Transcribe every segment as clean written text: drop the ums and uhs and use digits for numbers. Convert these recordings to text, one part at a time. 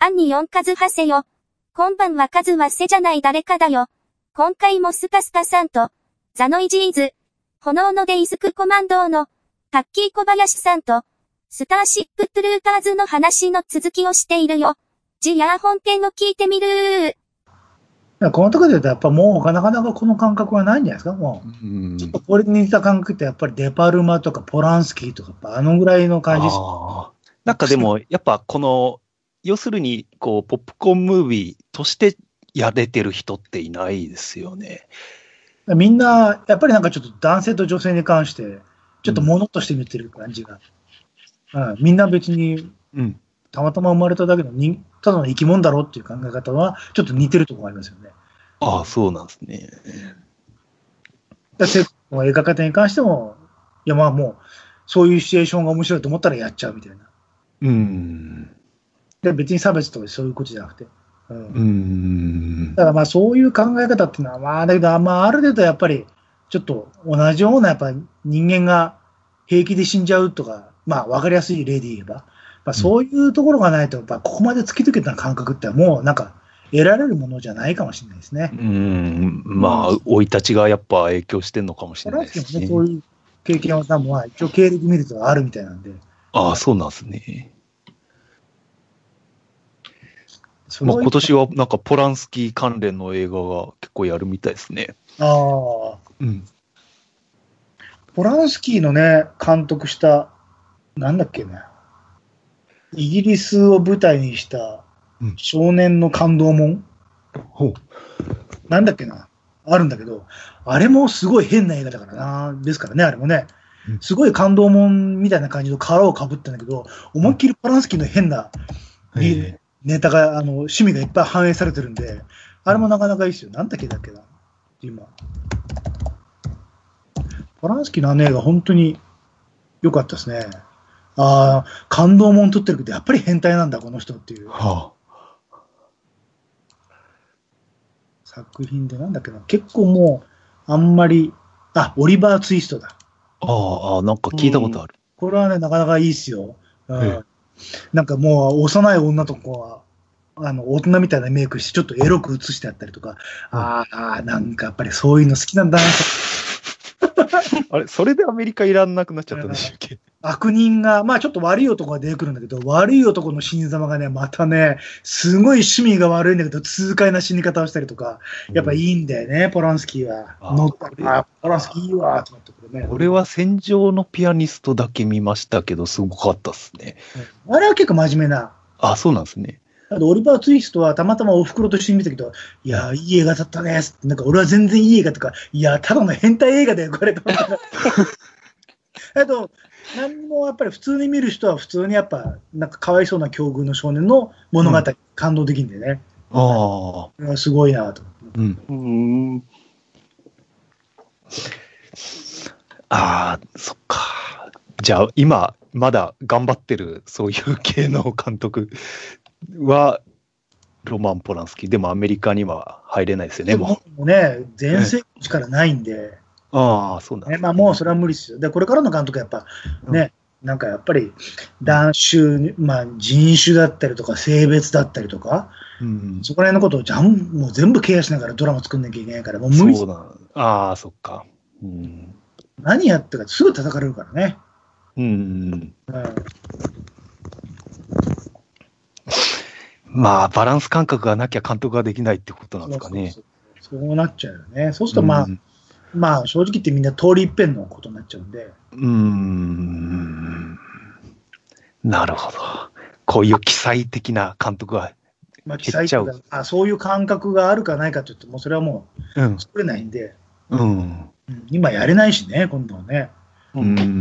アンニオンカズハセよ。こんばんはカズはせじゃない誰かだよ。今回もスカスカさんと、ザノイジーズ、炎のデイズクコマンドーの、タッキー小林さんと、スターシップトゥルーパーズの話の続きをしているよ。じゃあ本編を聞いてみるー。 このところで言うと、やっぱもうなかなかこの感覚はないんじゃないですか、もう。ちょっとこれに似た感覚って、やっぱりデパルマとかポランスキーとか、あのぐらいの感じです。 なんかでも、やっぱこの、要するに、こう、ポップコーンムービーとしてやれてる人っていないですよね。 みんな、やっぱりなんかちょっと男性と女性に関して、ちょっと物として見てる感じが。みんな別に、たまたま生まれただけのただの生き物だろうっていう考え方は、ちょっと似てるところがありますよね。 ああ、そうなんですね。 映画方に関しても、いやまあもう、そういうシチュエーションが面白いと思ったらやっちゃうみたいな。で別に差別とかそういうことじゃなくて。だからまあそういう考え方っていうのは、まあだけど、ある程度やっぱり、ちょっと同じようなやっぱ人間が平気で死んじゃうとか、まあわかりやすい例で言えば、そういうところがないと、ここまで突き抜けた感覚ってもうなんか得られるものじゃないかもしれないですね。 まあ、生い立ちがやっぱ影響してるのかもしれないですね。 そういう経験は多分一応経歴見るとあるみたいなんで。 ああ、そうなんですね。まあ、今年はなんかポランスキー関連の映画が結構やるみたいですね。 ポランスキーのね、監督した、なんだっけね、イギリスを舞台にした少年の感動もん、なんだっけな、あるんだけど、あれもすごい変な映画だからな、ですからね、あれもね、すごい感動もんみたいな感じの殻をかぶってんだけど、思いっきりポランスキーの変なネタが、趣味がいっぱい反映されてるんで、あれもなかなかいいですよ。なんだっけな、今。ポランスキーのあの映画、本当に良かったですね。感動もん撮ってるけど、やっぱり変態なんだ、この人っていう。作品でなんだっけな、結構もう、あんまり、オリバー・ツイストだ。 なんか聞いたことある。 これはね、なかなかいいっすよ。なんかもう、幼い女と子は、大人みたいなメイクして、ちょっとエロく映してあったりとか、なんかやっぱりそういうの好きなんだなあれ、それでアメリカいらんなくなっちゃったんでしたっけ？ 悪人が、まあちょっと悪い男が出てくるんだけど、悪い男の死に様がね、またね、すごい趣味が悪いんだけど、痛快な死に方をしたりとか、やっぱいいんだよね、ポランスキーは。ポランスキーいいわ、と思ってくるね。 俺は戦場のピアニストだけ見ましたけど、すごかったっすね。 あれは結構真面目な。 そうなんですね。 オリバー・ツイストはたまたまお袋と一緒に見たけど、いや、いい映画だったね。なんか俺は全然いい映画とか、いや、ただの変態映画だよ、これ。何もやっぱり普通に見る人は普通にやっぱ、なんかかわいそうな境遇の少年の物語、感動できるんでね。すごいなと。 そっか。じゃあ、今、まだ頑張ってる、そういう系の監督は、ロマン・ポランスキー。でもアメリカには入れないですよね、もうね、全盛期からないんで。 そうなんですね。まあもうそれは無理ですよ。で、これからの監督はやっぱ、ね、なんかやっぱり、人種だったりとか、性別だったりとか、そこら辺のことをもう全部ケアしながらドラマ作んなきゃいけないから、もう無理です。 そっか。 何やってかすぐ叩かれるからね。 まあ、バランス感覚がなきゃ監督ができないってことなんですかね。 そうなっちゃうよね。そうするとまあ、正直言ってみんな通り一遍のことになっちゃうんで。 なるほど。こういう奇才的な監督は減っちゃう。 そういう感覚があるかないかというと、もうそれはもう作れないんで。今やれないしね、今度はね。も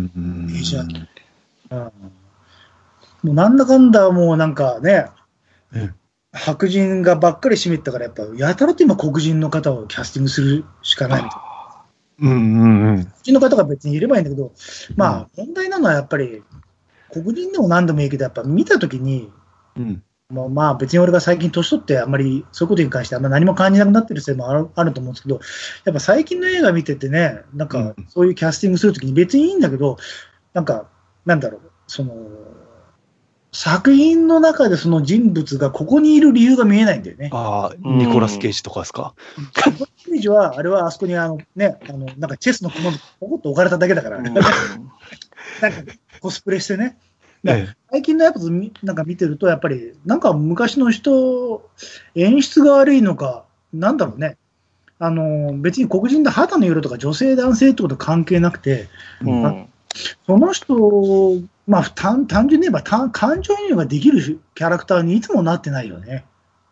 うなんだかんだもうなんかね、白人がばっかり占めてたから、やっぱやたらと今黒人の方をキャスティングするしかないみたいな。黒人の方が別にいればいいんだけど、まあ問題なのはやっぱり黒人でも何でもいいけど、やっぱ見たときに、まあ別に俺が最近年取ってあんまりそういうことに関してあんま何も感じなくなってるせいもあると思うんですけど、やっぱ最近の映画見ててね、なんかそういうキャスティングするときに別にいいんだけど、なんか、なんだろう、 作品の中でその人物がここにいる理由が見えないんだよね。 ああ、ニコラス・ケイジとかですか。 ニコラス・ケイジは、あれはあそこになんかチェスの駒がポコッと置かれただけだから、なんかコスプレしてね。最近のやつなんか見てると、やっぱり、なんか昔の人、演出が悪いのか、なんだろうね。別に黒人で肌の色とか女性男性ってこと関係なくて、その人、まあ、単純に言えば感情移入ができるキャラクターにいつもなってないよね。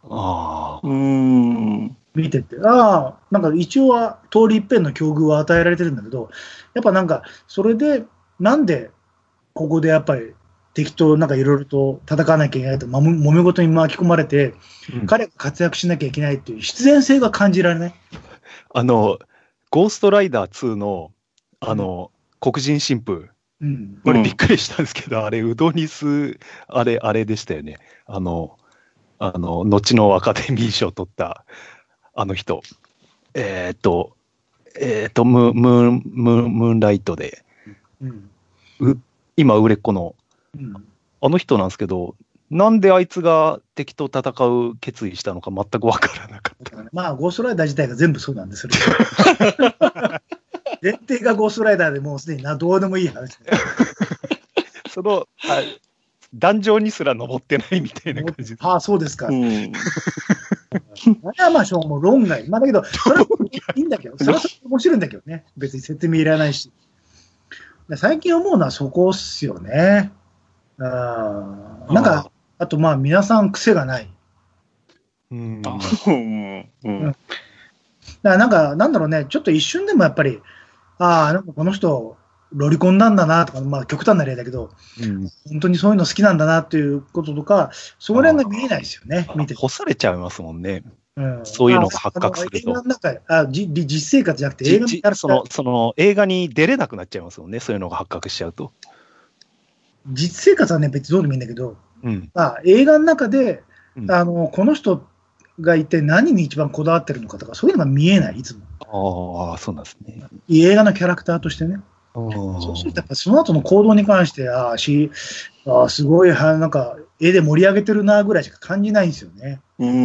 見てて。なんか一応は通り一遍の境遇は与えられてるんだけど、やっぱなんか、それで、なんで、ここでやっぱり、敵となんかいろいろと戦わなきゃいけないと、揉め事に巻き込まれて、彼が活躍しなきゃいけないっていう必然性が感じられない。 ゴーストライダー2の、黒人神父。これびっくりしたんですけど、あれ、ウドニス、あれでしたよね。後のアカデミー賞を取った、あの人。ムーンライトで、今売れっ子の、あの人なんですけど、なんであいつが敵と戦う決意したのか全く分からなかった。 まあ、ゴーストライダー自体が全部そうなんですよ。前提がゴーストライダーでもうすでにどうでもいい話。 壇上にすら登ってないみたいな感じ。 ああ、そうですか。あれはまあ、もう論外。まあ、だけど、それはいいんだけど、それは面白いんだけどね。別に説明いらないし。最近思うのはそこっすよね。なんか、あとまあ、皆さん癖がない。だからなんだろうね、ちょっと一瞬でもやっぱり、なんかこの人、ロリコンなんだなとか、まあ極端な例だけど、本当にそういうの好きなんだなっていうこととか、そこら辺が見えないですよね、見てて。 干されちゃいますもんね。そういうのが発覚すると。 映画の中実生活じゃなくて映画にその映画に出れなくなっちゃいますもんね、そういうのが発覚しちゃうと。 実生活はね、別にどうでもいいんだけど、映画の中で、この人が一体何に一番こだわってるのかとか、そういうのが見えない、いつも。 そうなんですね。 映画のキャラクターとしてね。そうすると、やっぱその後の行動に関して、すごい、なんか、絵で盛り上げてるなぐらいしか感じないんですよね。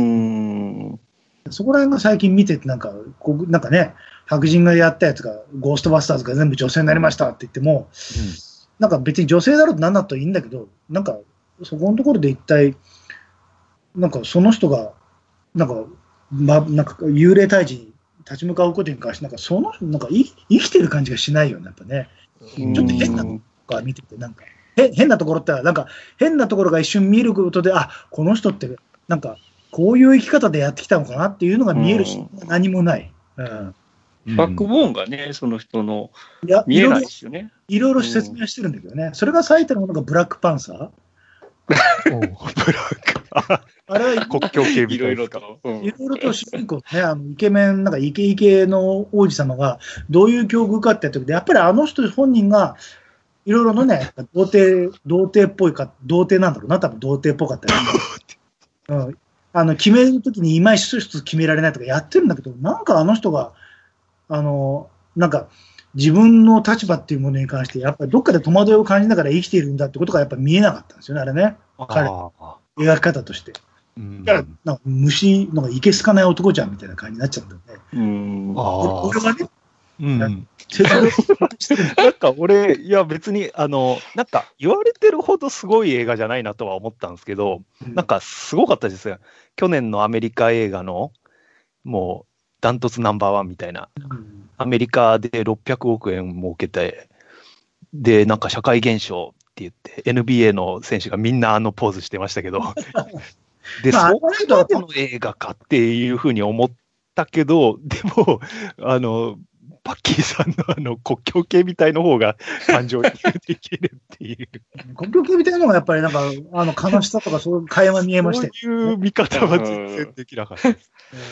そこら辺が最近見てて、なんかね、白人がやったやつが、ゴーストバスターズが全部女性になりましたって言っても、なんか別に女性だろうと何だといいんだけど、なんか、そこのところで一体、なんかその人が、なんか幽霊退治に立ち向かうことに関して、なんかなんか生きてる感じがしないよね、やっぱね。ちょっと変なところが見てて、なんか、変なところって、なんか、変なところが一瞬見ることで、この人って、なんか、こういう生き方でやってきたのかなっていうのが見えるし、何もない。 バックボーンがね、その人の、見えないですよね。 いろいろ説明してるんだけどね。それが最たるものがブラックパンサー。 ブラック。あれは国境警備隊ですか。 いろいろと主人公ね、イケメン、なんかイケイケの王子様がどういう境遇かってやって、やっぱりあの人本人が、いろいろのね、童貞っぽいか、童貞なんだろうな、多分童貞っぽかったり、決めるときに今一つ決められないとかやってるんだけど、なんかあの人が、なんか自分の立場っていうものに関して、やっぱりどっかで戸惑いを感じながら生きているんだってことがやっぱり見えなかったんですよね、あれね。彼、描き方として。だから、なんか虫、なんかいけすかない男じゃんみたいな感じになっちゃうんだよね。俺はね、 なんか俺、いや別に、なんか言われてるほどすごい映画じゃないなとは思ったんですけど、なんかすごかったですよ。去年のアメリカ映画の、もう、ダントツナンバーワンみたいな。アメリカで600億円儲けて、で、なんか社会現象って言って、NBA の選手がみんなポーズしてましたけど、で、それまでの映画かっていうふうに思ったけど、でも、パッキーさんの国境警備隊の方が感情移入できるっていう。 国境警備隊の方がやっぱりなんか、悲しさとかそういう会話見えましたよ。 そういう見方は全然できなかったです。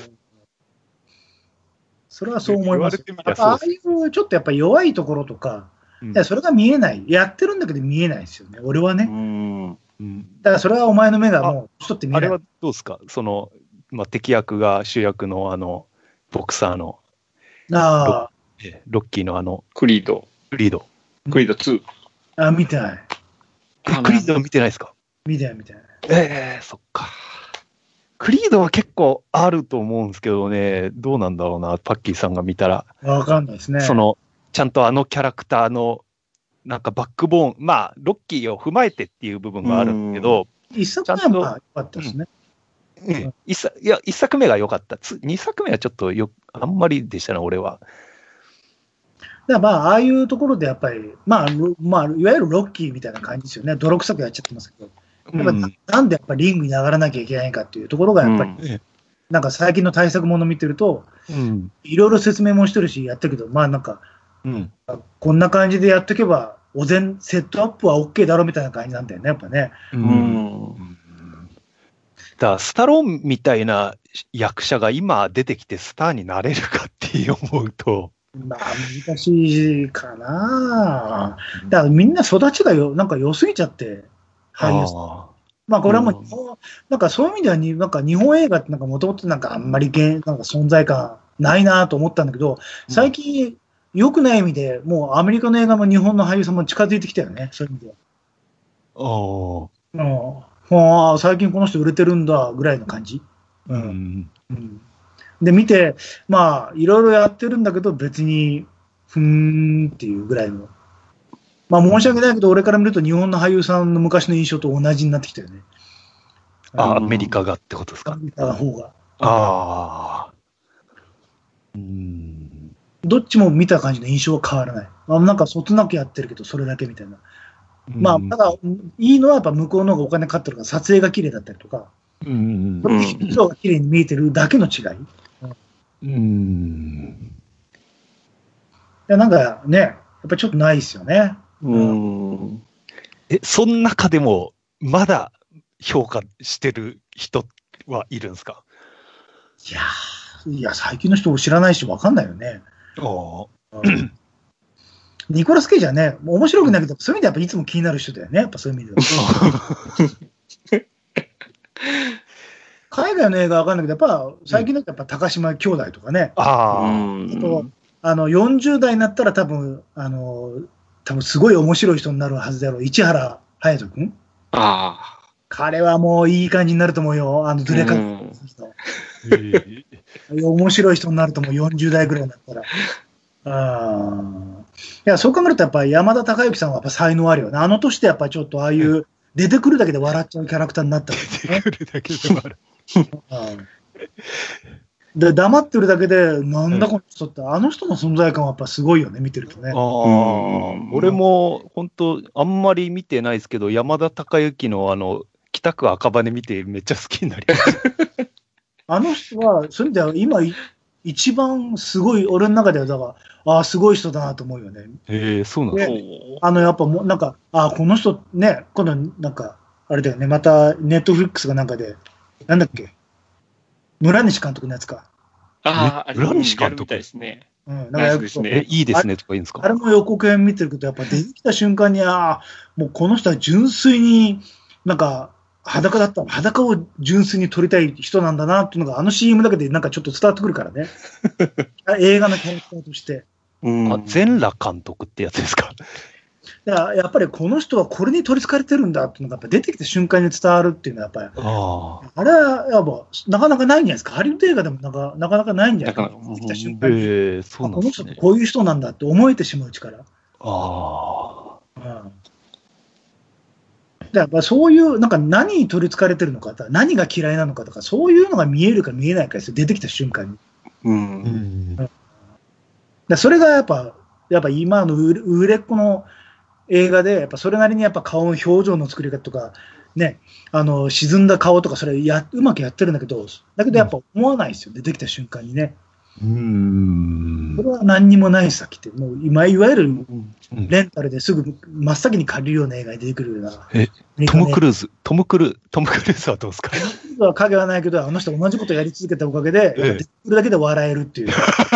それはそう思います。ああいうちょっとやっぱり弱いところとか、それが見えない。やってるんだけど見えないですよね。俺はね。だからそれはお前の目がもうちょっと見えない。 あれはどうですか？敵役が主役のボクサーのロッキーのクリード2。 見てない。 クリード見てないですか？ 見てない。 そっか。クリードは結構あると思うんですけどね、どうなんだろうな、パッキーさんが見たら。 わかんないですね。 ちゃんとあのキャラクターの、なんかバックボーン、まあ、ロッキーを踏まえてっていう部分があるんですけど、 一作目は良かったですね。 一作目が良かった。二作目はちょっとあんまりでしたね、俺は。 だからああいうところでやっぱり、いわゆるロッキーみたいな感じですよね。泥臭くやっちゃってますけど。やっぱなんでやっぱリングに上がらなきゃいけないかっていうところがやっぱり、なんか最近の対策もの見てると、いろいろ説明もしてるし、やってるけど、こんな感じでやっていけば、セットアップは OK だろみたいな感じなんだよね、やっぱね。 だからスタローンみたいな役者が今出てきてスターになれるかって思うと。 難しいかな。だからみんな育ちがなんか良すぎちゃって、俳優さん。これはもう、なんかそういう意味ではなんか日本映画ってもともとなんかあんまりなんか存在感ないなと思ったんだけど、最近良くない意味で、もうアメリカの映画も日本の俳優さんも近づいてきたよね、そういう意味では。最近この人売れてるんだぐらいの感じ。で、見て、いろいろやってるんだけど、別に、っていうぐらいの。申し訳ないけど、俺から見ると日本の俳優さんの昔の印象と同じになってきたよね。 アメリカがってことですか？ アメリカの方が。どっちも見た感じの印象は変わらない。なんかそつなくやってるけど、それだけみたいな。ただ、いいのはやっぱ向こうの方がお金かかってるから、撮影が綺麗だったりとか、人が綺麗に見えてるだけの違い。なんかね、やっぱりちょっとないですよね。 その中でも、まだ評価してる人はいるんですか？ いや、最近の人を知らないし、わかんないよね。ニコラス・ケイジはね、面白くないけど、そういう意味でやっぱいつも気になる人だよね。やっぱそういう意味では。海外の映画はわかんないけど、やっぱ最近だとやっぱ高島兄弟とかね。あと、40代になったら多分すごい面白い人になるはずだろう。市原隼人君。彼はもういい感じになると思うよ。ずれか面白い人になると思う。40代ぐらいになったら。いや、そう考えるとやっぱり山田孝之さんはやっぱ才能あるよね。あの年でやっぱりちょっとああいう出てくるだけで笑っちゃうキャラクターになったんですね。 出てくるだけで笑で黙ってるだけで、なんだこの人って、あの人の存在感はやっぱすごいよね、見てるとね。 俺も本当、あんまり見てないですけど、山田孝之の北区赤羽見て、めっちゃ好きになりました。 あの人は、そういう意味では、今、一番すごい、俺の中では、だから、すごい人だなと思うよね。 そうなんですね。やっぱもう、なんか、この人ね、今度、なんか、あれだよね、また、ネットフリックスがなんかで、なんだっけ、村西監督のやつか。 村西監督ですね。 いいですねとか言うんですか？ あれも予告編見てるけど、やっぱ出てきた瞬間に、もうこの人は純粋になんか裸だったの、裸を純粋に撮りたい人なんだなっていうのが、あの CM だけでなんかちょっと伝わってくるからね。映画のキャラクターとして。 全裸監督ってやつですか？ やっぱりこの人はこれに取り憑かれてるんだっていうのがやっぱ出てきた瞬間に伝わるっていうのはやっぱり、あれはやっぱなかなかないんじゃないですか。ハリウッド映画でもなかなかないんじゃないですか。出てきた瞬間に、この人ってこういう人なんだって思えてしまう力。やっぱそういうなんか何に取り憑かれてるのか、何が嫌いなのかとか、そういうのが見えるか見えないかですよ、出てきた瞬間に。それがやっぱ今の売れっ子の映画で、やっぱそれなりにやっぱ顔の表情の作り方とか、ね、沈んだ顔とか、それうまくやってるんだけど、だけどやっぱ思わないですよ、出てきた瞬間にね。それは何にもないさっきって、もう今、いわゆるレンタルですぐ真っ先に借りるような映画に出てくるような。 トム・クルーズはどうですか？ トム・クルーズは影はないけど、あの人同じことやり続けたおかげで、出てくるだけで笑えるっていう。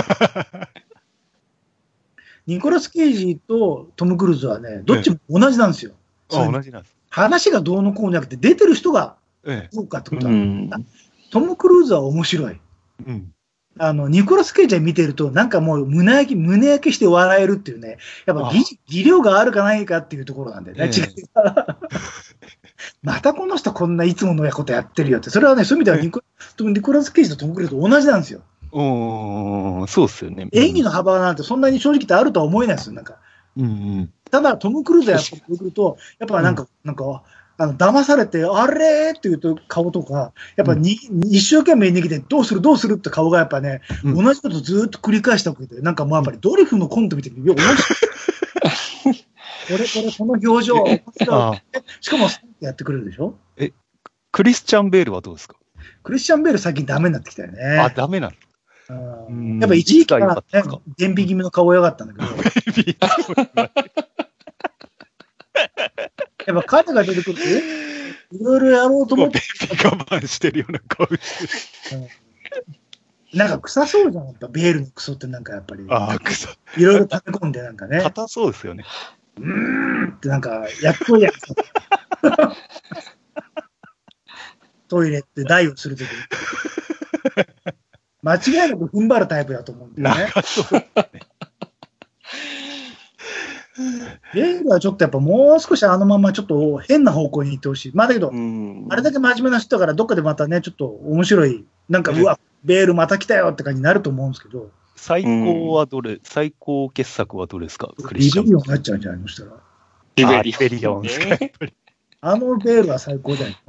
ニコラス・ケイジとトム・クルーズはね、どっちも同じなんですよ。 同じなんです。 話がどうのこうじゃなくて、出てる人がどうかってことは、トム・クルーズは面白い。ニコラス・ケイジ見てると、なんかもう胸焼けして笑えるっていうね、やっぱ技量があるかないかっていうところなんだよね、違いが。 またこの人こんないつものことやってるよって。それはね、そういう意味ではニコラス・ケイジとトム・クルーズと同じなんですよ。 そうっすよね。 演技の幅なんてそんなに正直言ってあるとは思えないですよ、なんか。ただ、トム・クルーズやってくると、やっぱなんか、騙されて、あれって言うと顔とか、やっぱ一生懸命逃げて、どうするって顔がやっぱね、同じことずっと繰り返したわけで、なんかもうやっぱりドリフのコントみたいに、面白い。この表情、しかもやってくれるでしょ。 クリスチャン・ベールはどうですか？ クリスチャン・ベール最近ダメになってきたよね。 あ、ダメなの？ やっぱ一時期からね、電美気味の顔良かったんだけど。やっぱ彼が出てくると、いろいろやろうと思って。 我慢してるような顔してる。 なんか臭そうじゃん、やっぱベールのクソってなんかやっぱり。 臭い。 いろいろ溜め込んでなんかね。 硬そうですよね。 ってなんか、やっとやつ。トイレって台をするときに。間違いなく踏ん張るタイプだと思うんだよね。ベールはちょっとやっぱもう少しあのままちょっと変な方向に行ってほしい。まあだけど、あれだけ真面目な人だからどっかでまたね、ちょっと面白い、なんか、うわ、ベールまた来たよって感じになると思うんですけど。 最高傑作はどれですか？ リベリオンになっちゃうんじゃないのしたら。 リベリオンですか、やっぱり。 あのベールは最高だよね。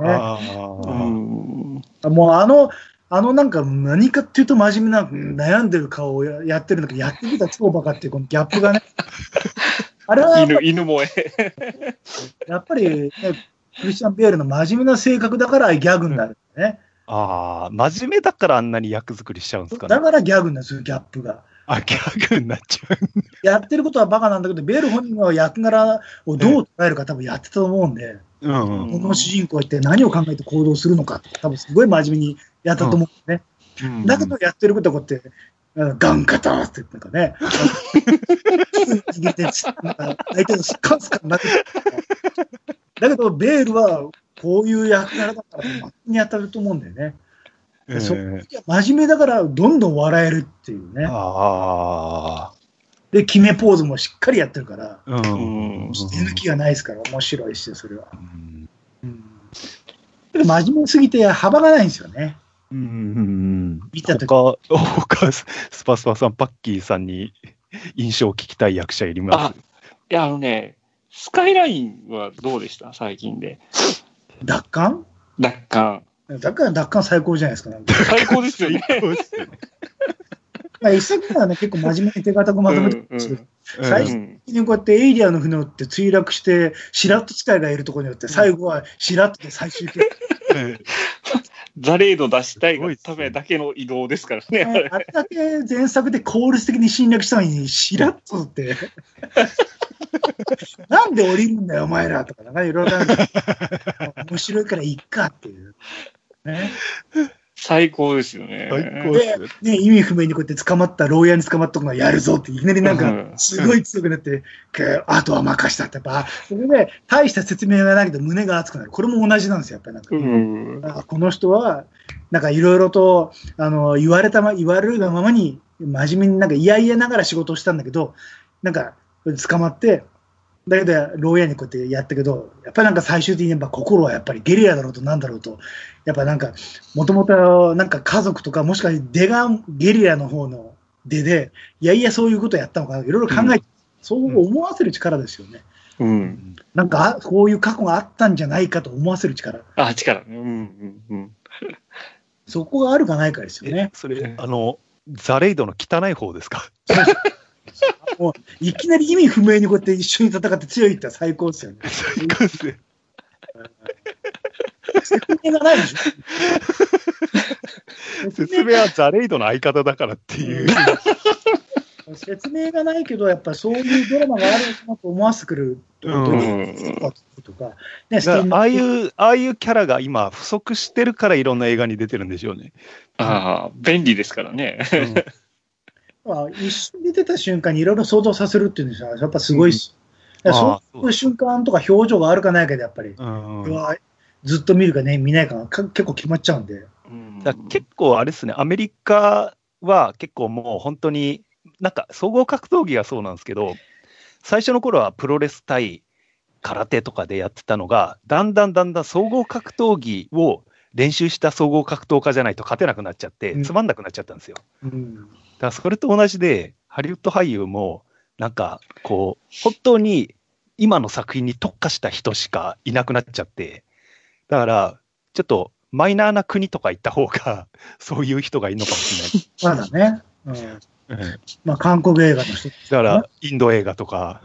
もうなんか何かっていうと真面目な悩んでる顔をやってるんだけど、やってみたら超バカっていうこのギャップがね。あれは犬萌え。やっぱり、ね、クリスチャン・ベールの真面目な性格だからギャグになるんだね。 真面目だからあんなに役作りしちゃうんですかね。 だからギャグなんですよ、ギャップが。 ギャグになっちゃう。 やってることはバカなんだけど、ベール本人は役柄をどう捉えるか多分やってたと思うんで、この主人公は一体何を考えて行動するのかって多分すごい真面目にやったと思うんでね。だけどやってることはこうやって、ガンカターってなんかね、逃げて、相手のスカンスカンになってだけど、ベールはこういう役柄だから真面目にやってると思うんだよね。その時は真面目だからどんどん笑えるっていうね。で、決めポーズもしっかりやってるから、手抜きがないですから面白いし、それは。真面目すぎて幅がないんですよね。見たとき。 スパスパさん、パッキーさんに印象を聞きたい役者いります？ いや、スカイラインはどうでした最近で。 奪還最高じゃないですか。 最高ですよね。 一作目はね、結構真面目に手堅くまとめてるんですけど、最終的にこうやってエイリアンの船をって墜落して、シラット使いがいるところによって、最後はシラットで最終形。 ザレード出したいがためだけの移動ですからね。 あれだけ前作で効率的に侵略したのに、シラットって。なんで降りるんだよ、お前らとか、なんかいろいろ面白いからいっかっていう。ね。 最高ですよね。 で、意味不明にこうやって捕まった牢屋に捕まった子がやるぞっていきなりなんかすごい強くなって、あとは任したってやっぱそれで大した説明がないけど胸が熱くなる。これも同じなんですよやっぱりなんか、この人はなんかいろいろと言われるがままに真面目になんか嫌々ながら仕事をしたんだけど、なんか捕まってだけど牢屋にこうやってやったけど、やっぱりなんか最終的にやっぱ心はやっぱりゲリラだろうとなんだろうと、やっぱなんかもともとなんか家族とかもしかして出がゲリラの方の出でいやいやそういうことやったのかな、いろいろ考えて、そう思わせる力ですよね。なんかこういう過去があったんじゃないかと思わせる力。そこがあるかないかですよね。 それザレイドの汚い方ですか？ もういきなり意味不明にこうやって一緒に戦って強いって最高ですよね。 最高ですね。 説明がないでしょ。説明はザレイドの相方だからっていう。 説明がないけど、やっぱそういうドラマがあるのかなと思わせてくるとか、 ああいうキャラが今不足してるからいろんな映画に出てるんでしょうね。 便利ですからね。 一緒に出てた瞬間にいろいろ想像させるっていうんですよ。やっぱすごいっす。そういう瞬間とか表情があるかないかでやっぱり、ずっと見るかね見ないかが結構決まっちゃうんで。 結構あれですね、アメリカは結構もう本当になんか総合格闘技がそうなんですけど、最初の頃はプロレス対空手とかでやってたのが、だんだん総合格闘技を練習した総合格闘家じゃないと勝てなくなっちゃって、つまんなくなっちゃったんですよ。だからそれと同じで、ハリウッド俳優も、なんかこう、本当に今の作品に特化した人しかいなくなっちゃって、だから、ちょっとマイナーな国とか行った方が、そういう人がいるのかもしれない。まだね。まあ、韓国映画の人、 だから、インド映画とか。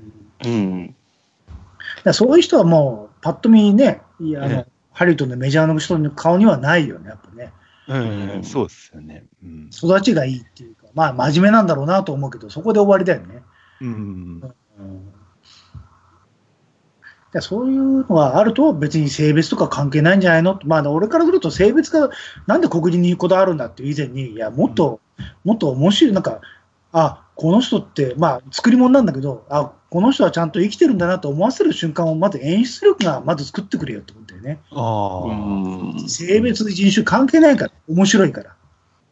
そういう人はもう、パッと見ね、ハリウッドのメジャーの人の顔にはないよね、やっぱね。 そうですよね。 育ちがいいっていうか、まあ、真面目なんだろうなと思うけど、そこで終わりだよね。そういうのがあると別に性別とか関係ないんじゃないの？まあ、俺からすると性別がなんで黒人にこだわるんだっていう以前に、いや、もっと面白い、なんか、この人って、まあ、作り物なんだけど、この人はちゃんと生きてるんだなと思わせる瞬間をまず演出力がまず作ってくれよって思ってね。性別、人種関係ないから、面白いから。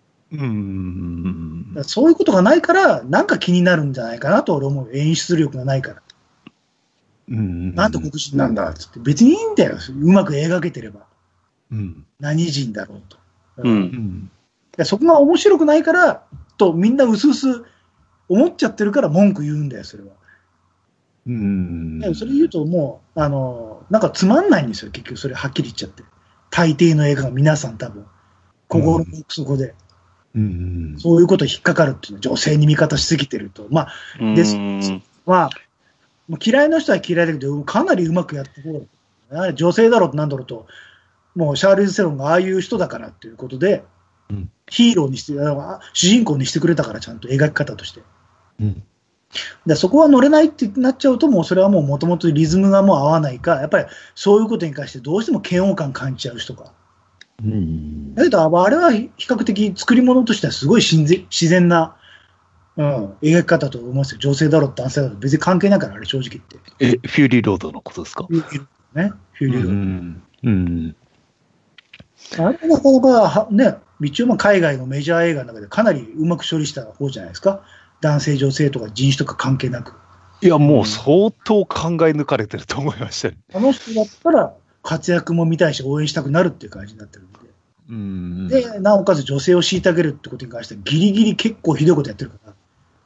そういうことがないから、なんか気になるんじゃないかなと俺思う。演出力がないから。なんで黒人なんだっつって。別にいいんだよ。うまく描けてれば。何人だろうと。そこが面白くないから、とみんなうすうす思っちゃってるから文句言うんだよ、それは。それ言うともう、なんかつまんないんですよ、結局それはっきり言っちゃって。大抵の映画が皆さん多分、心の奥底で。そういうこと引っかかるっていうのは女性に味方しすぎてると。まあ、嫌いな人は嫌いだけど、かなりうまくやってこう。女性だろうとなんだろうと、もうシャーリーズ・セロンがああいう人だからっていうことで、ヒーローにして、主人公にしてくれたから、ちゃんと描き方として。でそこは乗れないってなっちゃうと、もうそれはもともとリズムがもう合わないか、やっぱりそういうことに関してどうしても嫌悪感感じちゃう人が。だけど、あれは比較的作り物としてはすごい自然な、描き方と思いますよ。女性だろう男性だろう別に関係ないから、あれ正直言って。 フューリーロードのことですか？ フューリーロード。あれなかなかね、一応海外のメジャー映画の中でかなりうまく処理した方じゃないですか。男性、女性とか人種とか関係なく。 いや、もう相当考え抜かれてると思いましたよ。 あの人だったら活躍も見たいし応援したくなるっていう感じになってるんで。で、なおかつ女性を虐げるってことに関してギリギリ結構ひどいことやってるから。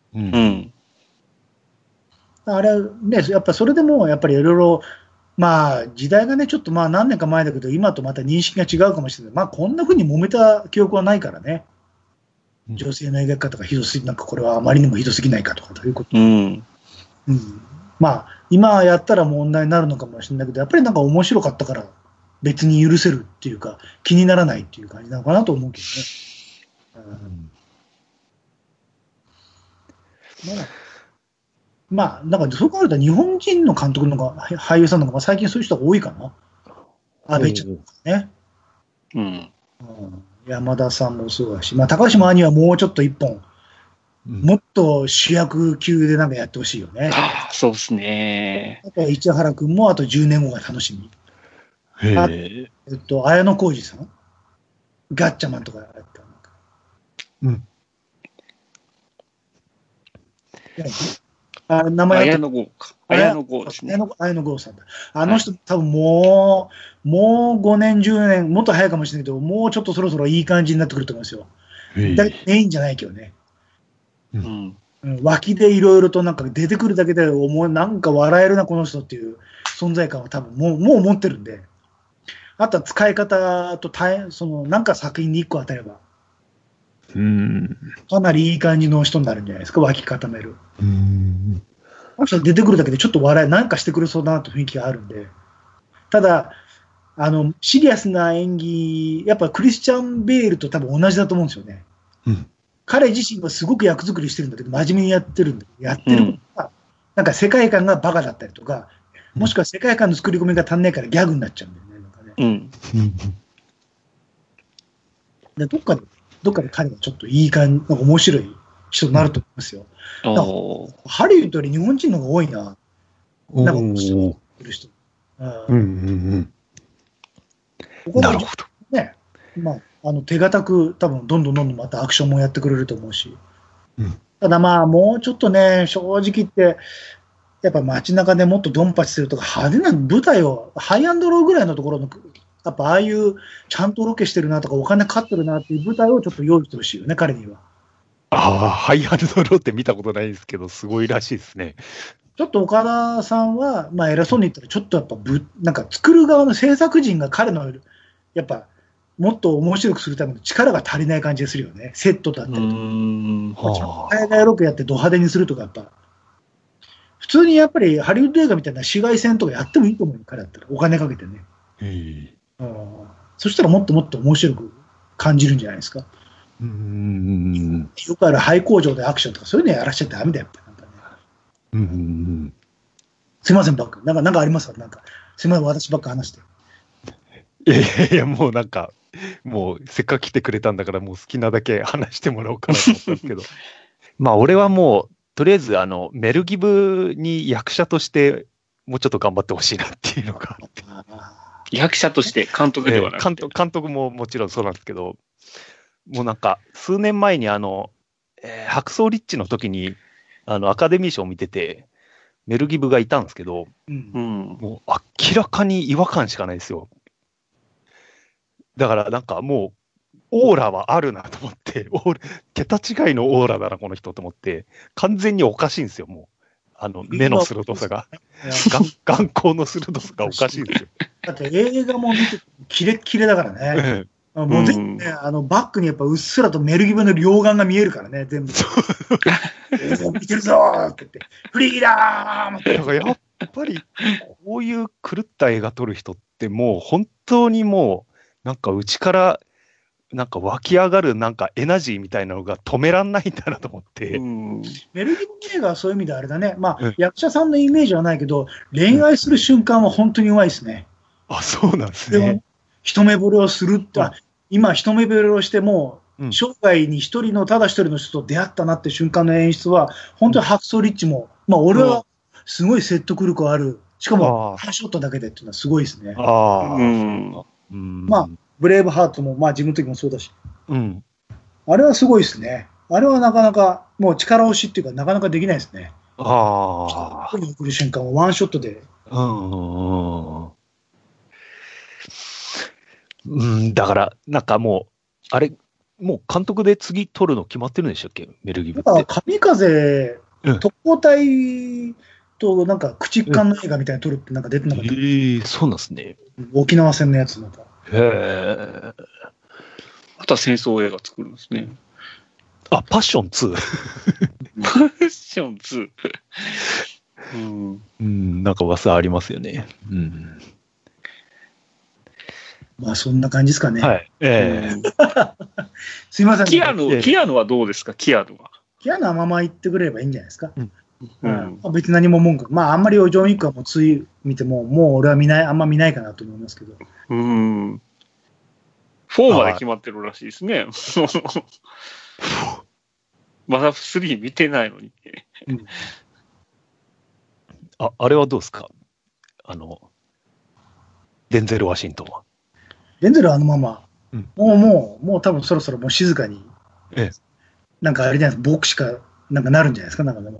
あれね、やっぱそれでもやっぱりいろいろ、まあ時代がね、ちょっとまあ何年か前だけど、今とまた認識が違うかもしれない。まあこんな風に揉めた記憶はないからね。女性の描き方がひどすぎ、なんかこれはあまりにもひどすぎないかとかということ。まあ今やったら問題になるのかもしれないけど、やっぱりなんか面白かったから別に許せるっていうか、気にならないっていう感じなのかなと思うけどね。まあ、なんかそう考えると日本人の監督のが俳優さんの方が最近そういう人が多いかな。安倍ちゃんとかね。山田さんもそうだし、まあ、高島兄はもうちょっと一本、もっと主役級でなんかやってほしいよね。 そうですね。 あとは市原君もあと10年後が楽しみ。綾野浩二さんガッチャマンとかやった。名前綾野剛か。綾野剛ですね。 綾野剛さんだ。あの人、多分もう5年、10年、もっと早いかもしれないけど、もうちょっとそろそろいい感じになってくると思いますよ。だけどメインじゃないけどね。脇でいろいろとなんか出てくるだけで、なんか笑えるな、この人っていう存在感は多分もう持ってるんで。あとは使い方となんか作品に1個与えれば。かなりいい感じの人になるんじゃないですか、脇固める。あの人出てくるだけでちょっとなんかしてくれそうだなと雰囲気があるんで。ただ、シリアスな演技、やっぱクリスチャン・ベールと多分同じだと思うんですよね。彼自身はすごく役作りしてるんだけど、真面目にやってることが、なんか世界観がバカだったりとか、もしくは世界観の作り込みが足んないからギャグになっちゃうんだよね。でどっかで彼がちょっといい感じ、なんか面白い人になると思いますよ。ハリウッドより日本人の方が多いな。なんか面白い人。 なるほど。 ね、まあ、手堅く多分どんどんまたアクションもやってくれると思うし。ただまあ、もうちょっとね、正直言って、 やっぱ街中でもっとドンパチするとか派手な舞台を、ハイアンドローぐらいのところの、やっぱああいうちゃんとロケしてるなとかお金かかってるなっていう舞台をちょっと用意してほしいよね、彼には。 ハイアンドローって見たことないですけど、すごいらしいですね。 ちょっと岡田さんは、まあ偉そうに言ったら、ちょっとやっぱなんか作る側の制作陣が彼の、やっぱ、もっと面白くするための力が足りない感じがするよね。セットだったりとか。海外ロケやってド派手にするとか、やっぱ。普通にやっぱりハリウッド映画みたいな紫外線とかやってもいいと思うよ、彼だったら。お金かけてね。そしたらもっともっと面白く感じるんじゃないですか。よくある廃工場でアクションとかそういうのやらしちゃダメだよ、やっぱなんかね。すいません、バック。なんかありますか？なんか、すいません、私ばっか話して。 いや、もうなんか、もうせっかく来てくれたんだから、もう好きなだけ話してもらおうかなと思ったんですけど。まあ、俺はもう、とりあえず、メルギブに役者として、もうちょっと頑張ってほしいなっていうのがあって。 役者として監督ではなくて、 監督ももちろんそうなんですけど、もうなんか、数年前に白装リッチの時に、アカデミー賞を見てて、メルギブがいたんですけど、もう明らかに違和感しかないですよ。だからなんかもう、オーラはあるなと思って、桁違いのオーラだな、この人と思って、完全におかしいんですよ、もう。目の鋭さが。眼光の鋭さがおかしいんですよ。 だって映画も見て、キレッキレだからね。もう全部ね、バックにやっぱうっすらとメルギブの両眼が見えるからね、全部。見てるぞーって言って、フリーダーって。 やっぱり、こういう狂った映画撮る人って、もう本当にもう、なんか内から、なんか湧き上がるなんかエナジーみたいなのが止めらんないんだなと思って。 メルギブ映画はそういう意味であれだね。まあ、役者さんのイメージはないけど、恋愛する瞬間は本当にうまいですね。 あ、そうなんですね。 一目惚れをするって、今一目惚れをしても、生涯にただ一人の人と出会ったなって瞬間の演出は、本当に白装リッチも、まあ俺はすごい説得力ある。しかも、ワンショットだけでっていうのはすごいですね。まあ、ブレイブハートも、まあ自分の時もそうだし。あれはすごいですね。あれはなかなか、もう力押しっていうか、なかなかできないですね。人に送る瞬間をワンショットで。 だから、なんかもう、あれ、もう監督で次撮るの決まってるんでしたっけ、メルギブって。 神風、特攻隊となんか駆逐艦の映画みたいに撮るってなんか出てなかった。 そうなんですね。沖縄戦のやつまた。 また戦争映画作るんですね。 パッション2。 パッション2。 なんか噂ありますよね。 まあそんな感じですかね。 はい。 すいません。 キアヌはどうですか、キアヌは。 キアヌはまま言ってくれればいいんじゃないですか。別に何も文句。まああんまりジョン・ウィックはもう見ても、もう俺はあんま見ないかなと思いますけど。 4まで決まってるらしいですね。まだ3見てないのに。 あれはどうですか？デンゼル・ワシントンは。 デンゼルはあのまま、もう多分そろそろもう静かに、なんかあれじゃないですか、牧師かなんかなるんじゃないですか、なんかね。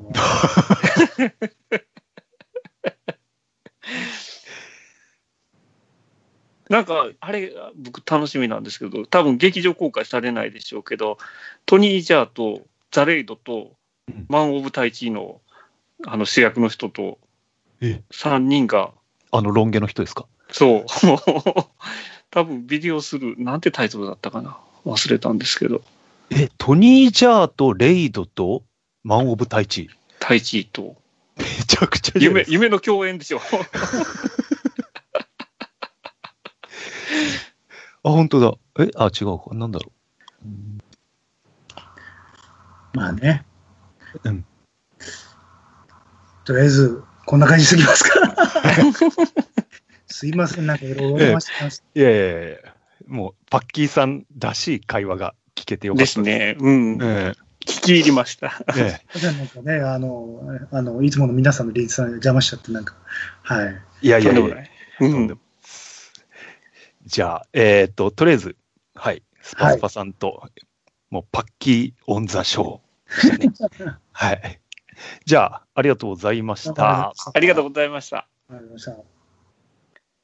なんか、あれ、僕楽しみなんですけど、多分劇場公開されないでしょうけど、トニー・ジャーとザ・レイドとマン・オブ・タイチの主役の人と3人が。 ロン毛の人ですか？ そう。多分ビデオする、なんてタイトルだったかな。忘れたんですけど。 トニー・ジャーとレイドとマン・オブ・タイチ。 タイチと。 めちゃくちゃ夢の共演でしょ。 本当だ。違うか。なんだろう。 まあね。とりあえず、こんな感じすぎますか。すいません、なんかいろいろお話します。 いや、もう、パッキーさんらしい会話が聞けてよかったですね。聞き入りました。 なんかね、いつもの皆さんのリーズさんに邪魔しちゃって、なんか、はい。 いや。じゃあ、とりあえず、はい、スパスパさんと、もうパッキーオンザショーでしたね。はい。 じゃあ、ありがとうございました。 ありがとうございました。 ありがとうございました。